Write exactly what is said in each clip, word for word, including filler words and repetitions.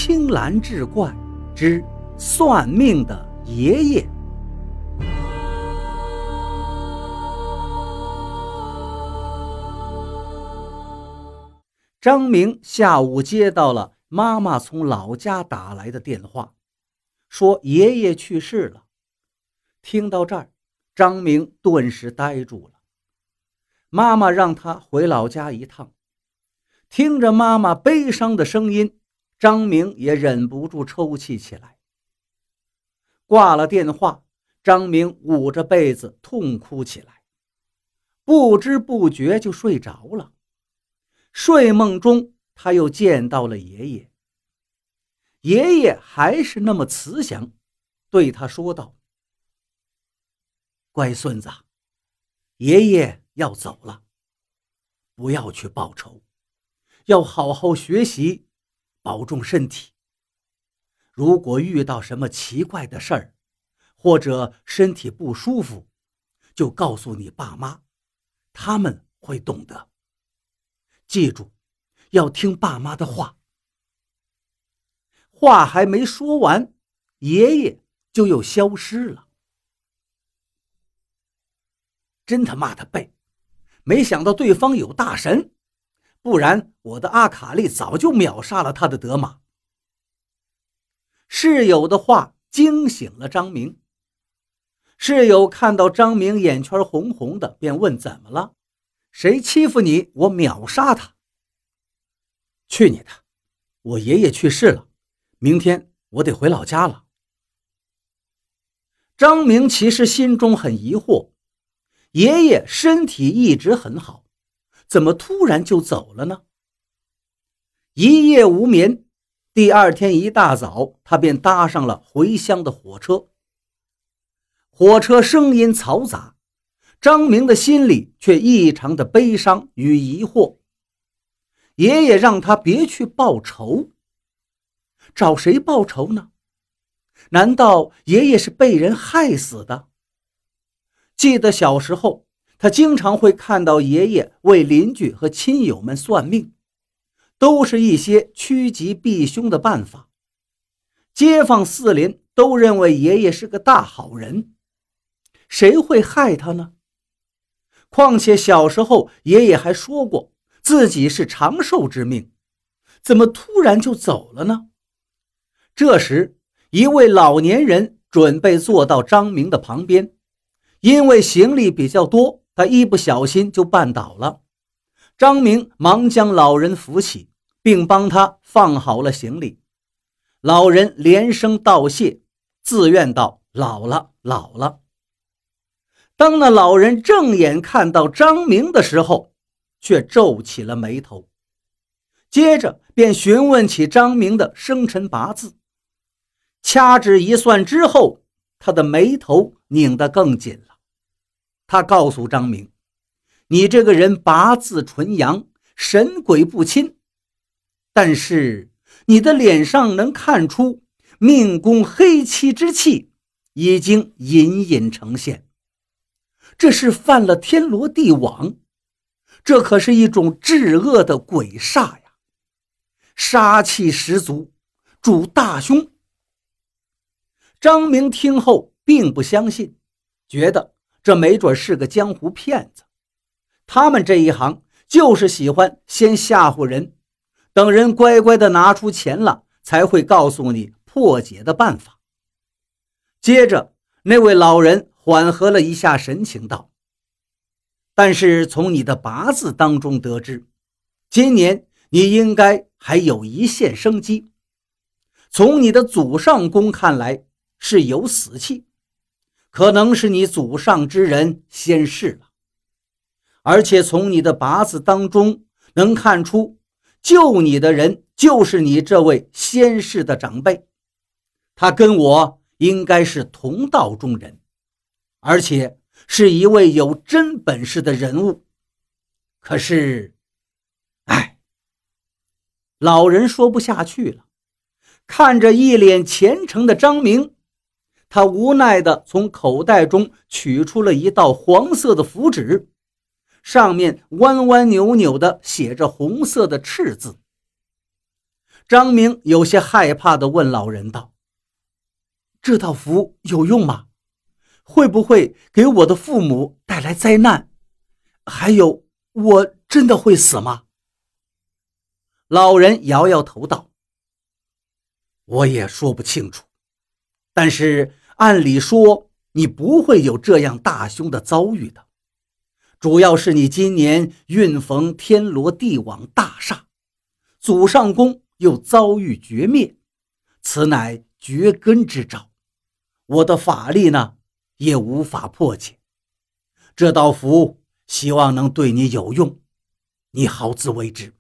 青蓝志怪之算命的爷爷。张明下午接到了妈妈从老家打来的电话，说爷爷去世了。听到这儿，张明顿时呆住了。妈妈让他回老家一趟，听着妈妈悲伤的声音，张明也忍不住抽泣起来。挂了电话，张明捂着被子痛哭起来，不知不觉就睡着了。睡梦中他又见到了爷爷，爷爷还是那么慈祥，对他说道：乖孙子，爷爷要走了，不要去报仇，要好好学习，保重身体。如果遇到什么奇怪的事儿，或者身体不舒服，就告诉你爸妈，他们会懂得。记住，要听爸妈的话。话还没说完，爷爷就又消失了。真他妈的背，没想到对方有大神，不然我的阿卡丽早就秒杀了他的德玛。室友的话惊醒了张明。室友看到张明眼圈红红的，便问怎么了？谁欺负你，我秒杀他。去你的，我爷爷去世了，明天我得回老家了。张明其实心中很疑惑，爷爷身体一直很好，怎么突然就走了呢？一夜无眠，第二天一大早，他便搭上了回乡的火车。火车声音嘈杂，张明的心里却异常的悲伤与疑惑。爷爷让他别去报仇，找谁报仇呢？难道爷爷是被人害死的？记得小时候，他经常会看到爷爷为邻居和亲友们算命，都是一些趋吉避凶的办法。街坊四邻都认为爷爷是个大好人，谁会害他呢？况且小时候爷爷还说过自己是长寿之命，怎么突然就走了呢？这时，一位老年人准备坐到张明的旁边，因为行李比较多，他一不小心就绊倒了。张明忙将老人扶起，并帮他放好了行李。老人连声道谢，自愿道：老了，老了。当那老人正眼看到张明的时候，却皱起了眉头，接着便询问起张明的生辰八字。掐指一算之后，他的眉头拧得更紧了。他告诉张明，你这个人八字纯阳，神鬼不侵，但是你的脸上能看出命宫黑漆之气已经隐隐呈现，这是犯了天罗地网，这可是一种至恶的鬼煞呀，杀气十足，主大凶。张明听后并不相信，觉得这没准是个江湖骗子，他们这一行就是喜欢先吓唬人，等人乖乖的拿出钱了，才会告诉你破解的办法。接着那位老人缓和了一下神情道：但是从你的八字当中得知，今年你应该还有一线生机。从你的祖上宫看来是有死气，可能是你祖上之人先逝了。而且从你的八字当中能看出，救你的人就是你这位先逝的长辈，他跟我应该是同道中人，而且是一位有真本事的人物。可是，哎，老人说不下去了，看着一脸虔诚的张明，他无奈地从口袋中取出了一道黄色的符纸，上面弯弯扭扭地写着红色的赤字。 张明有些害怕地问老人道：这道符有用吗？会不会给我的父母带来灾难？还有，我真的会死吗？老人摇摇头道：我也说不清楚，但是按理说你不会有这样大凶的遭遇的，主要是你今年运逢天罗地网大煞，祖上宫又遭遇绝灭，此乃绝根之兆，我的法力呢也无法破解。这道符希望能对你有用，你好自为之。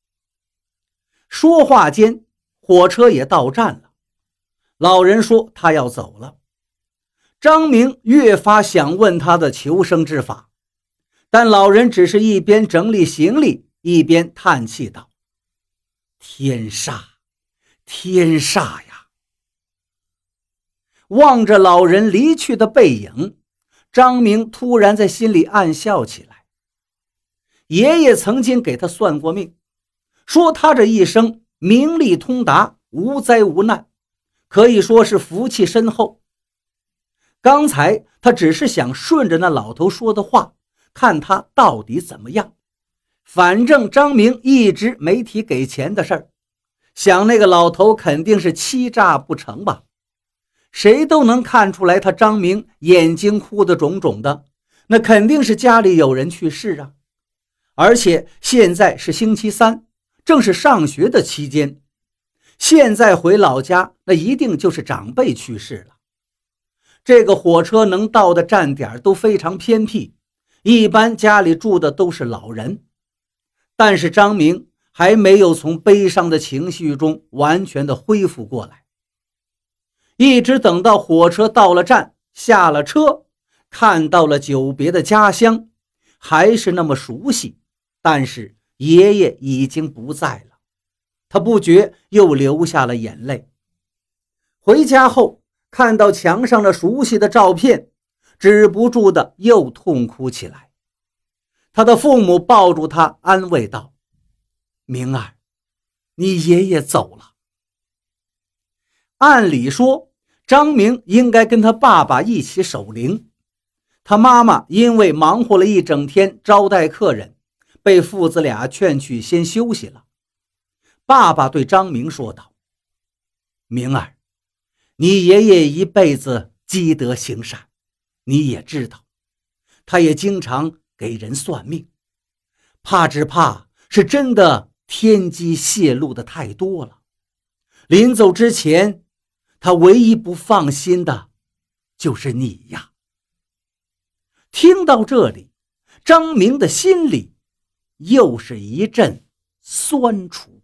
说话间，火车也到站了。老人说他要走了。张明越发想问他的求生之法，但老人只是一边整理行李，一边叹气道：天煞，天煞呀！望着老人离去的背影，张明突然在心里暗笑起来。爷爷曾经给他算过命，说他这一生名利通达，无灾无难，可以说是福气深厚。刚才他只是想顺着那老头说的话，看他到底怎么样。反正张明一直没提给钱的事儿，想那个老头肯定是欺诈不成吧。谁都能看出来他张明眼睛哭得肿肿的，那肯定是家里有人去世啊。而且现在是星期三，正是上学的期间，现在回老家那一定就是长辈去世了。这个火车能到的站点都非常偏僻，一般家里住的都是老人。但是张明还没有从悲伤的情绪中完全的恢复过来，一直等到火车到了站，下了车，看到了久别的家乡，还是那么熟悉，但是爷爷已经不在了，他不觉又流下了眼泪。回家后看到墙上的熟悉的照片，止不住的又痛哭起来。他的父母抱住他安慰道：明儿，你爷爷走了。按理说张明应该跟他爸爸一起守灵，他妈妈因为忙活了一整天招待客人，被父子俩劝去先休息了。爸爸对张明说道：明儿，你爷爷一辈子积德行善，你也知道，他也经常给人算命，怕只怕是真的天机泄露的太多了。临走之前，他唯一不放心的就是你呀。听到这里，张明的心里又是一阵酸楚。